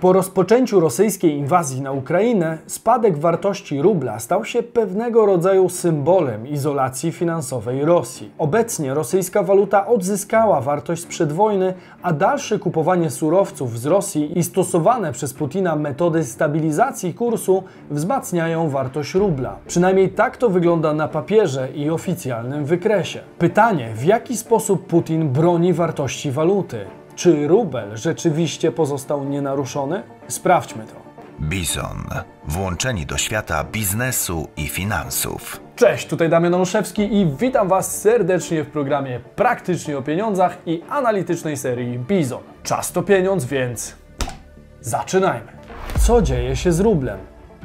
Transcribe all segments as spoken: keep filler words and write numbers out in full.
Po rozpoczęciu rosyjskiej inwazji na Ukrainę, spadek wartości rubla stał się pewnego rodzaju symbolem izolacji finansowej Rosji. Obecnie rosyjska waluta odzyskała wartość sprzed wojny, a dalsze kupowanie surowców z Rosji i stosowane przez Putina metody stabilizacji kursu wzmacniają wartość rubla. Przynajmniej tak to wygląda na papierze i oficjalnym wykresie. Pytanie, w jaki sposób Putin broni wartości waluty? Czy rubel rzeczywiście pozostał nienaruszony? Sprawdźmy to. Bizon. Włączeni do świata biznesu i finansów. Cześć, tutaj Damian Olszewski i witam Was serdecznie w programie Praktycznie o pieniądzach i analitycznej serii Bizon. Czas to pieniądz, więc zaczynajmy. Co dzieje się z rublem?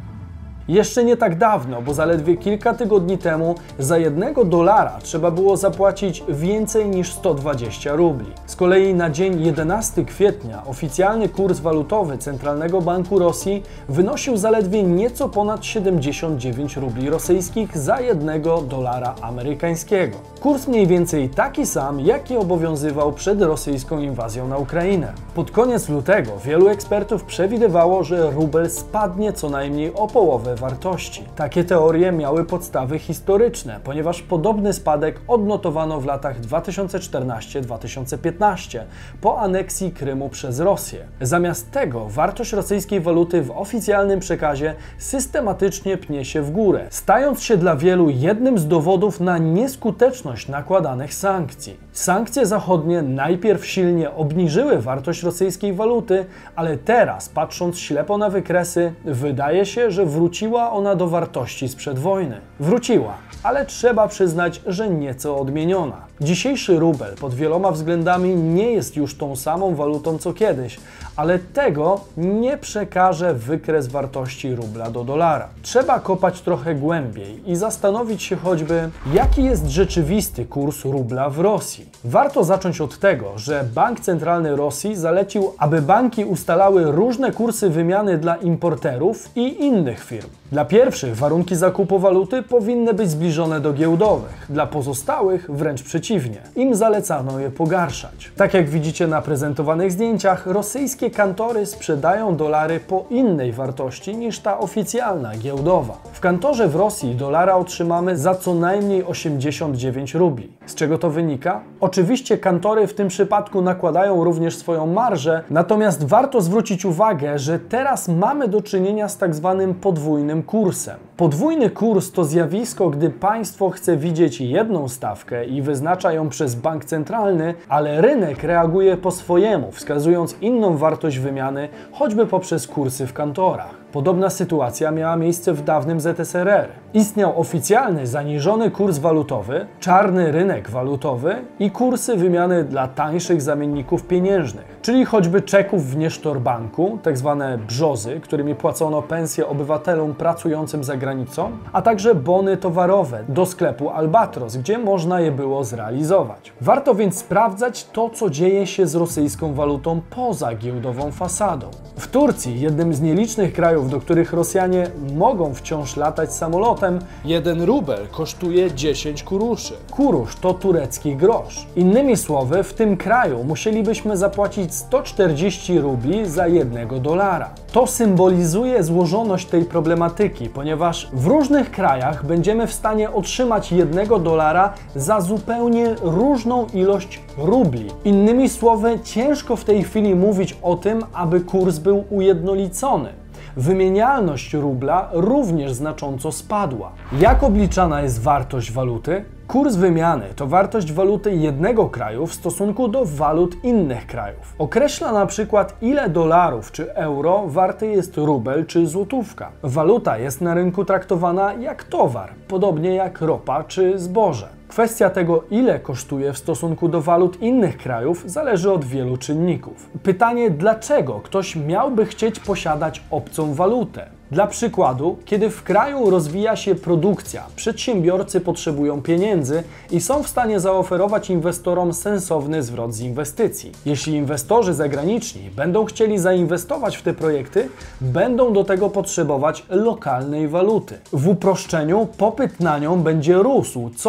Jeszcze nie tak dawno, bo zaledwie kilka tygodni temu za jednego dolara trzeba było zapłacić więcej niż sto dwadzieścia rubli. Z kolei na dzień jedenastego kwietnia oficjalny kurs walutowy Centralnego Banku Rosji wynosił zaledwie nieco ponad siedemdziesiąt dziewięć rubli rosyjskich za jednego dolara amerykańskiego. Kurs mniej więcej taki sam, jaki obowiązywał przed rosyjską inwazją na Ukrainę. Pod koniec lutego wielu ekspertów przewidywało, że rubel spadnie co najmniej o połowę wartości. Takie teorie miały podstawy historyczne, ponieważ podobny spadek odnotowano w latach dwa tysiące czternastym do dwa tysiące piętnastego po aneksji Krymu przez Rosję. Zamiast tego wartość rosyjskiej waluty w oficjalnym przekazie systematycznie pnie się w górę, stając się dla wielu jednym z dowodów na nieskuteczność nakładanych sankcji. Sankcje zachodnie najpierw silnie obniżyły wartość rosyjskiej waluty, ale teraz, patrząc ślepo na wykresy, wydaje się, że wróciła ona do wartości sprzed wojny. Wróciła, ale trzeba przyznać, że nieco odmieniona. Dzisiejszy rubel pod wieloma względami nie jest już tą samą walutą co kiedyś, ale tego nie przekaże wykres wartości rubla do dolara. Trzeba kopać trochę głębiej i zastanowić się choćby, jaki jest rzeczywisty kurs rubla w Rosji. Warto zacząć od tego, że Bank Centralny Rosji zalecił, aby banki ustalały różne kursy wymiany dla importerów i innych firm. Dla pierwszych warunki zakupu waluty powinny być zbliżone do giełdowych, dla pozostałych wręcz przeciwnie. Im zalecano je pogarszać. Tak jak widzicie na prezentowanych zdjęciach, rosyjskie kantory sprzedają dolary po innej wartości niż ta oficjalna, giełdowa. W kantorze w Rosji dolara otrzymamy za co najmniej osiemdziesiąt dziewięć rubli. Z czego to wynika? Oczywiście kantory w tym przypadku nakładają również swoją marżę, natomiast warto zwrócić uwagę, że teraz mamy do czynienia z tak zwanym podwójnym kursem. Podwójny kurs to zjawisko, gdy państwo chce widzieć jedną stawkę i wyznacza ją przez bank centralny, ale rynek reaguje po swojemu, wskazując inną wartość wymiany, choćby poprzez kursy w kantorach. Podobna sytuacja miała miejsce w dawnym Z S R R. Istniał oficjalny zaniżony kurs walutowy, czarny rynek walutowy i kursy wymiany dla tańszych zamienników pieniężnych, czyli choćby czeków w niesztorbanku, tak zwane brzozy, którymi płacono pensje obywatelom pracującym za granicą, a także bony towarowe do sklepu Albatros, gdzie można je było zrealizować. Warto więc sprawdzać to, co dzieje się z rosyjską walutą poza giełdową fasadą. W Turcji, jednym z nielicznych krajów, do których Rosjanie mogą wciąż latać samolotem, jeden rubel kosztuje dziesięć kuruszy. Kurusz to turecki grosz. Innymi słowy, w tym kraju musielibyśmy zapłacić sto czterdzieści rubli za jednego dolara. To symbolizuje złożoność tej problematyki, ponieważ w różnych krajach będziemy w stanie otrzymać jednego dolara za zupełnie różną ilość rubli. Innymi słowy, ciężko w tej chwili mówić o tym, aby kurs był ujednolicony. Wymienialność rubla również znacząco spadła. Jak obliczana jest wartość waluty? Kurs wymiany to wartość waluty jednego kraju w stosunku do walut innych krajów. Określa na przykład, ile dolarów czy euro warty jest rubel czy złotówka. Waluta jest na rynku traktowana jak towar, podobnie jak ropa czy zboże. Kwestia tego, ile kosztuje w stosunku do walut innych krajów, zależy od wielu czynników. Pytanie, dlaczego ktoś miałby chcieć posiadać obcą walutę? Dla przykładu, kiedy w kraju rozwija się produkcja, przedsiębiorcy potrzebują pieniędzy i są w stanie zaoferować inwestorom sensowny zwrot z inwestycji. Jeśli inwestorzy zagraniczni będą chcieli zainwestować w te projekty, będą do tego potrzebować lokalnej waluty. W uproszczeniu popyt na nią będzie rósł, co oznacza,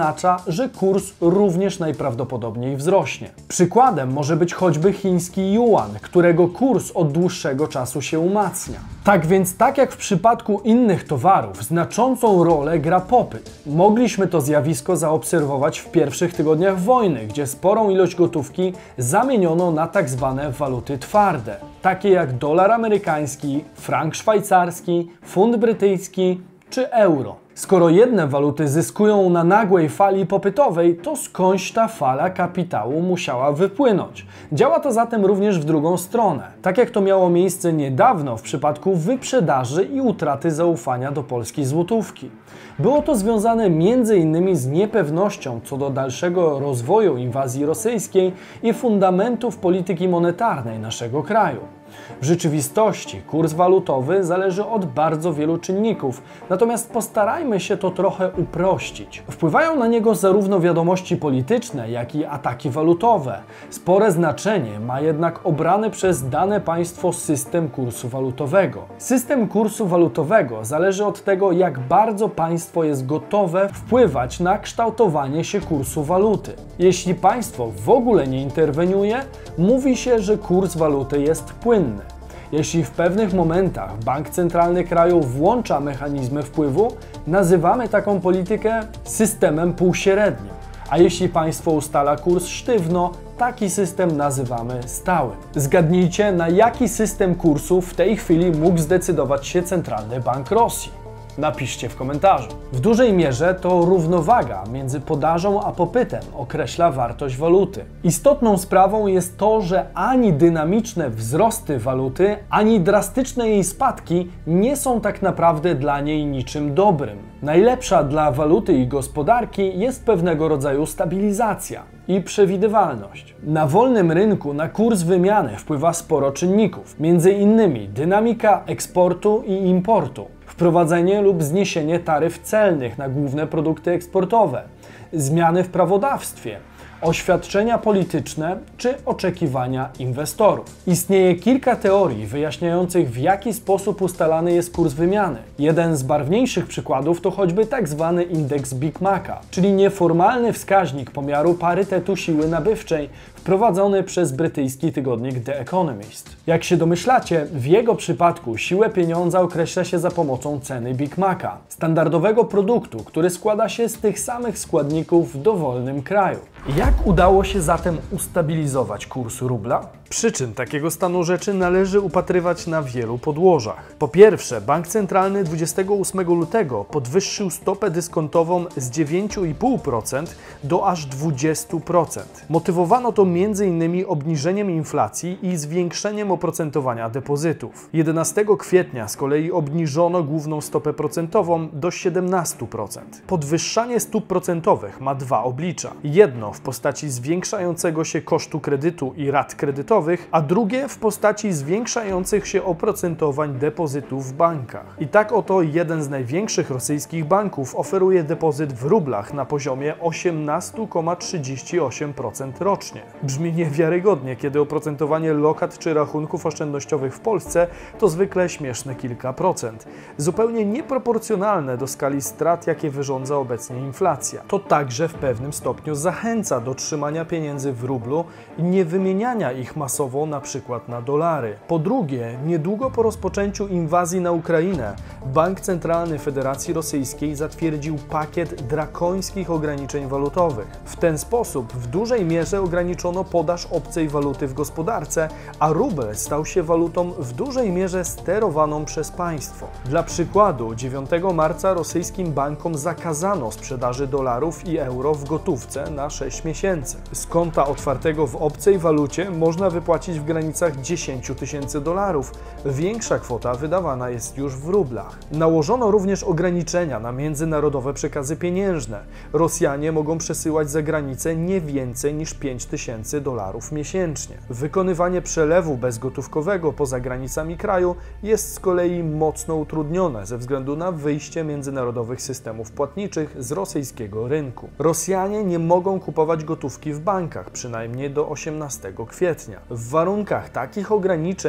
oznacza, że kurs również najprawdopodobniej wzrośnie. Przykładem może być choćby chiński juan, którego kurs od dłuższego czasu się umacnia. Tak więc, tak jak w przypadku innych towarów, znaczącą rolę gra popyt. Mogliśmy to zjawisko zaobserwować w pierwszych tygodniach wojny, gdzie sporą ilość gotówki zamieniono na tak zwane waluty twarde, takie jak dolar amerykański, frank szwajcarski, funt brytyjski czy euro. Skoro jedne waluty zyskują na nagłej fali popytowej, to skądś ta fala kapitału musiała wypłynąć. Działa to zatem również w drugą stronę, tak jak to miało miejsce niedawno w przypadku wyprzedaży i utraty zaufania do polskiej złotówki. Było to związane między innymi z niepewnością co do dalszego rozwoju inwazji rosyjskiej i fundamentów polityki monetarnej naszego kraju. W rzeczywistości kurs walutowy zależy od bardzo wielu czynników, natomiast postarajmy się to trochę uprościć. Wpływają na niego zarówno wiadomości polityczne, jak i ataki walutowe. Spore znaczenie ma jednak obrany przez dane państwo system kursu walutowego. System kursu walutowego zależy od tego, jak bardzo państwo jest gotowe wpływać na kształtowanie się kursu waluty. Jeśli państwo w ogóle nie interweniuje, mówi się, że kurs waluty jest płynny. Jeśli w pewnych momentach bank centralny kraju włącza mechanizmy wpływu, nazywamy taką politykę systemem półśrednim. A jeśli państwo ustala kurs sztywno, taki system nazywamy stałym. Zgadnijcie, na jaki system kursu w tej chwili mógł zdecydować się Centralny Bank Rosji? Napiszcie w komentarzu. W dużej mierze to równowaga między podażą a popytem określa wartość waluty. Istotną sprawą jest to, że ani dynamiczne wzrosty waluty, ani drastyczne jej spadki nie są tak naprawdę dla niej niczym dobrym. Najlepsza dla waluty i gospodarki jest pewnego rodzaju stabilizacja i przewidywalność. Na wolnym rynku na kurs wymiany wpływa sporo czynników, między innymi dynamika eksportu i importu, wprowadzenie lub zniesienie taryf celnych na główne produkty eksportowe, zmiany w prawodawstwie, oświadczenia polityczne czy oczekiwania inwestorów. Istnieje kilka teorii wyjaśniających, w jaki sposób ustalany jest kurs wymiany. Jeden z barwniejszych przykładów to choćby tak zwany indeks Big Maca, czyli nieformalny wskaźnik pomiaru parytetu siły nabywczej wprowadzony przez brytyjski tygodnik The Economist. Jak się domyślacie, w jego przypadku siłę pieniądza określa się za pomocą ceny Big Maca, standardowego produktu, który składa się z tych samych składników w dowolnym kraju. Jak udało się zatem ustabilizować kurs rubla? Przyczyn takiego stanu rzeczy należy upatrywać na wielu podłożach. Po pierwsze, Bank Centralny dwudziestego ósmego lutego podwyższył stopę dyskontową z dziewięć i pół procent do aż dwadzieścia procent. Motywowano to między innymi obniżeniem inflacji i zwiększeniem oprocentowania depozytów. jedenastego kwietnia z kolei obniżono główną stopę procentową do siedemnastu procent. Podwyższanie stóp procentowych ma dwa oblicza. Jedno w postaci zwiększającego się kosztu kredytu i rat kredytowych, a drugie w postaci zwiększających się oprocentowań depozytów w bankach. I tak oto jeden z największych rosyjskich banków oferuje depozyt w rublach na poziomie osiemnaście przecinek trzydzieści osiem procent rocznie. Brzmi niewiarygodnie, kiedy oprocentowanie lokat czy rachunków oszczędnościowych w Polsce to zwykle śmieszne kilka procent. Zupełnie nieproporcjonalne do skali strat, jakie wyrządza obecnie inflacja. To także w pewnym stopniu zachęca do trzymania pieniędzy w rublu i nie wymieniania ich masowo na przykład na dolary. Po drugie, niedługo po rozpoczęciu inwazji na Ukrainę, Bank Centralny Federacji Rosyjskiej zatwierdził pakiet drakońskich ograniczeń walutowych. W ten sposób w dużej mierze ograniczono podaż obcej waluty w gospodarce, a rubel stał się walutą w dużej mierze sterowaną przez państwo. Dla przykładu, dziewiątego marca rosyjskim bankom zakazano sprzedaży dolarów i euro w gotówce na sześć miesięcy. Z konta otwartego w obcej walucie można wypłacić w granicach dziesięć tysięcy dolarów. Większa kwota wydawana jest już w rublach. Nałożono również ograniczenia na międzynarodowe przekazy pieniężne. Rosjanie mogą przesyłać za granicę nie więcej niż pięć tysięcy dolarów miesięcznie. Wykonywanie przelewu bezgotówkowego poza granicami kraju jest z kolei mocno utrudnione ze względu na wyjście międzynarodowych systemów płatniczych z rosyjskiego rynku. Rosjanie nie mogą kupować gotówki w bankach, przynajmniej do osiemnastego kwietnia. W warunkach takich ograniczeń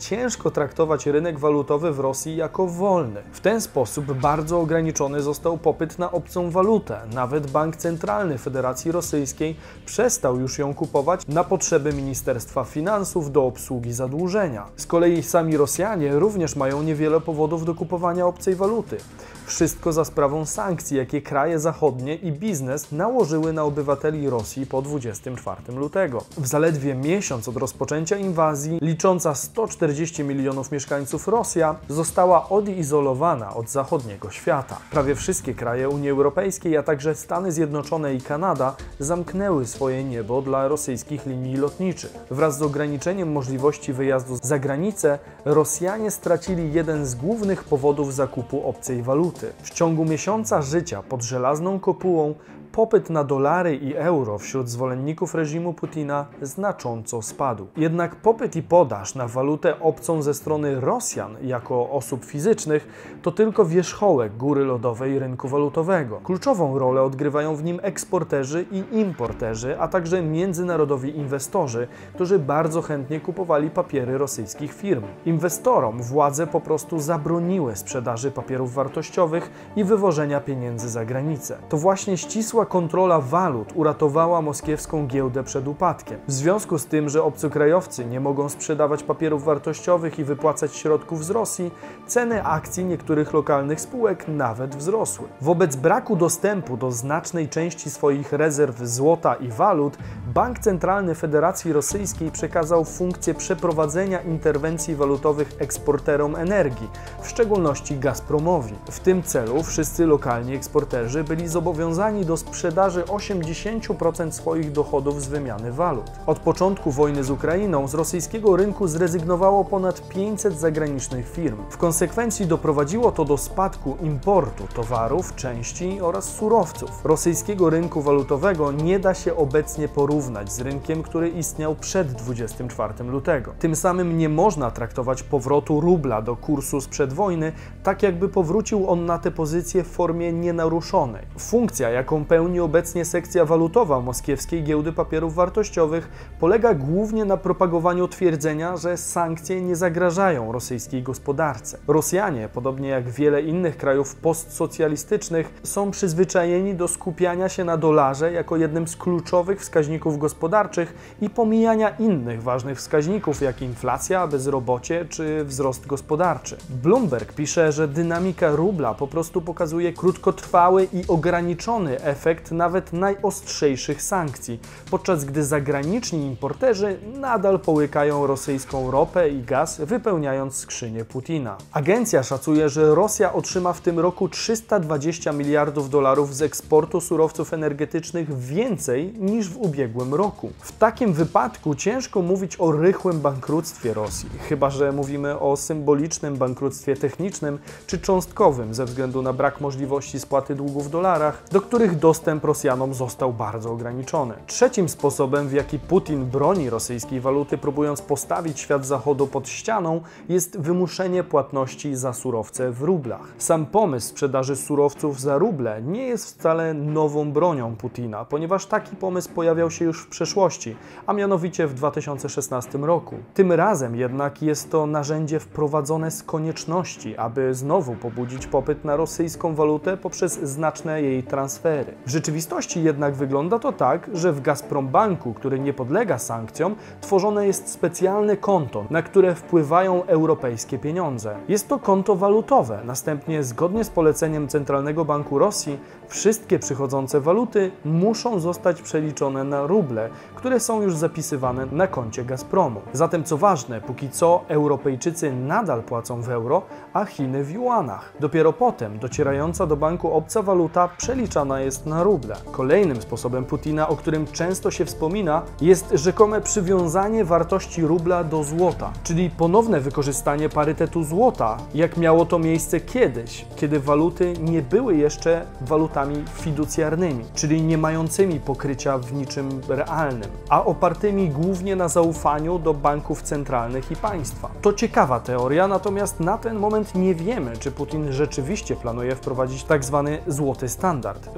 ciężko traktować rynek walutowy w Rosji jako wolny. W ten sposób bardzo ograniczony został popyt na obcą walutę. Nawet Bank Centralny Federacji Rosyjskiej przestał już ją kupować na potrzeby Ministerstwa Finansów do obsługi zadłużenia. Z kolei sami Rosjanie również mają niewiele powodów do kupowania obcej waluty. Wszystko za sprawą sankcji, jakie kraje zachodnie i biznes nałożyły na obywateli Rosji po dwudziestego czwartego lutego. W zaledwie miesiąc od rozpoczęcia inwazji, licząca sto czterdzieści milionów mieszkańców, Rosja została odizolowana od zachodniego świata. Prawie wszystkie kraje Unii Europejskiej, a także Stany Zjednoczone i Kanada zamknęły swoje niebo dla rosyjskich linii lotniczych. Wraz z ograniczeniem możliwości wyjazdu za granicę, Rosjanie stracili jeden z głównych powodów zakupu obcej waluty. W ciągu miesiąca życia pod żelazną kopułą popyt na dolary i euro wśród zwolenników reżimu Putina znacząco spadł. Jednak popyt i podaż na walutę obcą ze strony Rosjan jako osób fizycznych to tylko wierzchołek góry lodowej rynku walutowego. Kluczową rolę odgrywają w nim eksporterzy i importerzy, a także międzynarodowi inwestorzy, którzy bardzo chętnie kupowali papiery rosyjskich firm. Inwestorom władze po prostu zabroniły sprzedaży papierów wartościowych i wywożenia pieniędzy za granicę. To właśnie ścisła kontrola walut uratowała moskiewską giełdę przed upadkiem. W związku z tym, że obcokrajowcy nie mogą sprzedawać papierów wartościowych i wypłacać środków z Rosji, ceny akcji niektórych lokalnych spółek nawet wzrosły. Wobec braku dostępu do znacznej części swoich rezerw złota i walut, Bank Centralny Federacji Rosyjskiej przekazał funkcję przeprowadzenia interwencji walutowych eksporterom energii, w szczególności Gazpromowi. W tym celu wszyscy lokalni eksporterzy byli zobowiązani do sprzedaży osiemdziesięciu procent swoich dochodów z wymiany walut. Od początku wojny z Ukrainą z rosyjskiego rynku zrezygnowało ponad pięćset zagranicznych firm. W konsekwencji doprowadziło to do spadku importu towarów, części oraz surowców. Rosyjskiego rynku walutowego nie da się obecnie porównać z rynkiem, który istniał przed dwudziestego czwartego lutego. Tym samym nie można traktować powrotu rubla do kursu sprzed wojny, tak jakby powrócił on na tę pozycję w formie nienaruszonej. Funkcja, jaką pełni obecnie sekcja walutowa moskiewskiej giełdy papierów wartościowych, polega głównie na propagowaniu twierdzenia, że sankcje nie zagrażają rosyjskiej gospodarce. Rosjanie, podobnie jak wiele innych krajów postsocjalistycznych, są przyzwyczajeni do skupiania się na dolarze jako jednym z kluczowych wskaźników gospodarczych i pomijania innych ważnych wskaźników, jak inflacja, bezrobocie czy wzrost gospodarczy. Bloomberg pisze, że dynamika rubla po prostu pokazuje krótkotrwały i ograniczony efekt nawet najostrzejszych sankcji, podczas gdy zagraniczni importerzy nadal połykają rosyjską ropę i gaz, wypełniając skrzynię Putina. Agencja szacuje, że Rosja otrzyma w tym roku trzysta dwadzieścia miliardów dolarów z eksportu surowców energetycznych więcej niż w ubiegłym roku. W takim wypadku ciężko mówić o rychłym bankructwie Rosji, chyba że mówimy o symbolicznym bankructwie technicznym czy cząstkowym ze względu na brak możliwości spłaty długów w dolarach, do których dostęp Rosjanom został bardzo ograniczony. Trzecim sposobem, w jaki Putin broni rosyjskiej waluty, próbując postawić świat zachodu pod ścianą, jest wymuszenie płatności za surowce w rublach. Sam pomysł sprzedaży surowców za ruble nie jest wcale nową bronią Putina, ponieważ taki pomysł pojawiał się już w przeszłości, a mianowicie w dwa tysiące szesnastym roku. Tym razem jednak jest to narzędzie wprowadzone z konieczności, aby znowu pobudzić popyt na rosyjską walutę poprzez znaczne jej transfery. W rzeczywistości jednak wygląda to tak, że w Gazprombanku, który nie podlega sankcjom, tworzone jest specjalne konto, na które wpływają europejskie pieniądze. Jest to konto walutowe. Następnie, zgodnie z poleceniem Centralnego Banku Rosji, wszystkie przychodzące waluty muszą zostać przeliczone na ruble, które są już zapisywane na koncie Gazpromu. Zatem co ważne, póki co Europejczycy nadal płacą w euro, a Chiny w juanach. Dopiero potem docierająca do banku obca waluta przeliczana jest na ruble. Kolejnym sposobem Putina, o którym często się wspomina, jest rzekome przywiązanie wartości rubla do złota, czyli ponowne wykorzystanie parytetu złota, jak miało to miejsce kiedyś, kiedy waluty nie były jeszcze walutami fiducjarnymi, czyli nie mającymi pokrycia w niczym realnym, a opartymi głównie na zaufaniu do banków centralnych i państwa. To ciekawa teoria, natomiast na ten moment nie wiemy, czy Putin rzeczywiście planuje wprowadzić tak zwany złoty standard. Wiemy natomiast,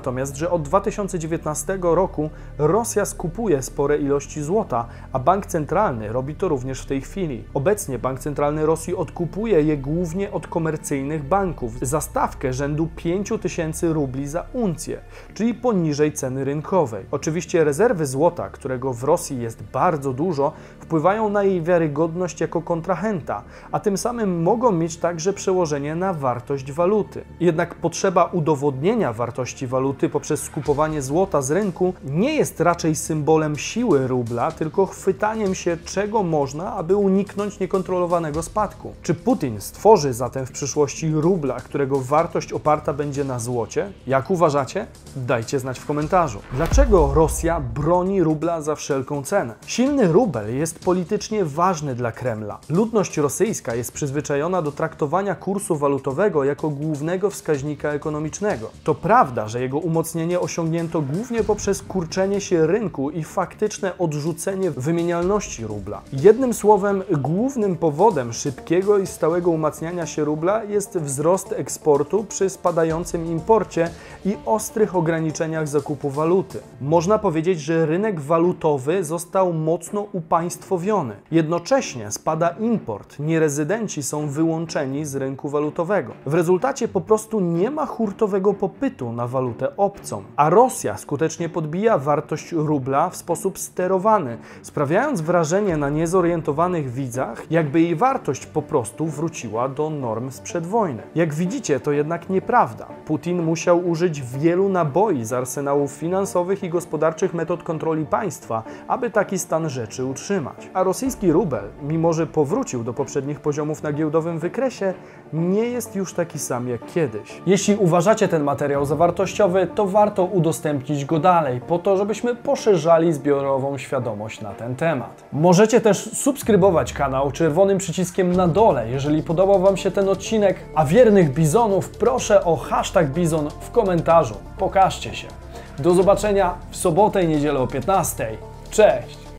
natomiast, że od dwa tysiące dziewiętnastego roku Rosja skupuje spore ilości złota, a bank centralny robi to również w tej chwili. Obecnie bank centralny Rosji odkupuje je głównie od komercyjnych banków za stawkę rzędu pięć tysięcy rubli za uncję, czyli poniżej ceny rynkowej. Oczywiście rezerwy złota, którego w Rosji jest bardzo dużo, wpływają na jej wiarygodność jako kontrahenta, a tym samym mogą mieć także przełożenie na wartość waluty. Jednak potrzeba udowodnienia wartości waluty poprzez skupowanie złota z rynku nie jest raczej symbolem siły rubla, tylko chwytaniem się czego można, aby uniknąć niekontrolowanego spadku. Czy Putin stworzy zatem w przyszłości rubla, którego wartość oparta będzie na złocie? Jak uważacie? Dajcie znać w komentarzu. Dlaczego Rosja broni rubla za wszelką cenę? Silny rubel jest politycznie ważny dla Kremla. Ludność rosyjska jest przyzwyczajona do traktowania kursu walutowego jako głównego wskaźnika ekonomicznego. To prawda, że jego umocnienie osiągnięto głównie poprzez kurczenie się rynku i faktyczne odrzucenie wymienialności rubla. Jednym słowem, głównym powodem szybkiego i stałego umacniania się rubla jest wzrost eksportu przy spadającym imporcie i ostrych ograniczeniach zakupu waluty. Można powiedzieć, że rynek walutowy został mocno upaństwowiony. Jednocześnie spada import, nierezydenci są wyłączeni z rynku walutowego. W rezultacie po prostu nie ma hurtowego popytu na walutę obcą, a Rosja skutecznie podbija wartość rubla w sposób sterowany, sprawiając wrażenie na niezorientowanych widzach, jakby jej wartość po prostu wróciła do norm sprzed wojny. Jak widzicie, to jednak nieprawda. Putin musiał użyć wielu naboi z arsenałów finansowych i gospodarczych metod kontroli państwa, aby taki stan rzeczy utrzymać. A rosyjski rubel, mimo że powrócił do poprzednich poziomów na giełdowym wykresie, nie jest już taki sam jak kiedyś. Jeśli uważacie ten materiał za wartościowy, to warto udostępnić go dalej, po to, żebyśmy poszerzali zbiorową świadomość na ten temat. Możecie też subskrybować kanał czerwonym przyciskiem na dole, jeżeli podobał Wam się ten odcinek, a wiernych bizonów proszę o hashtag bizon w komentarzu. Pokażcie się. Do zobaczenia w sobotę i niedzielę o piętnastej. Cześć!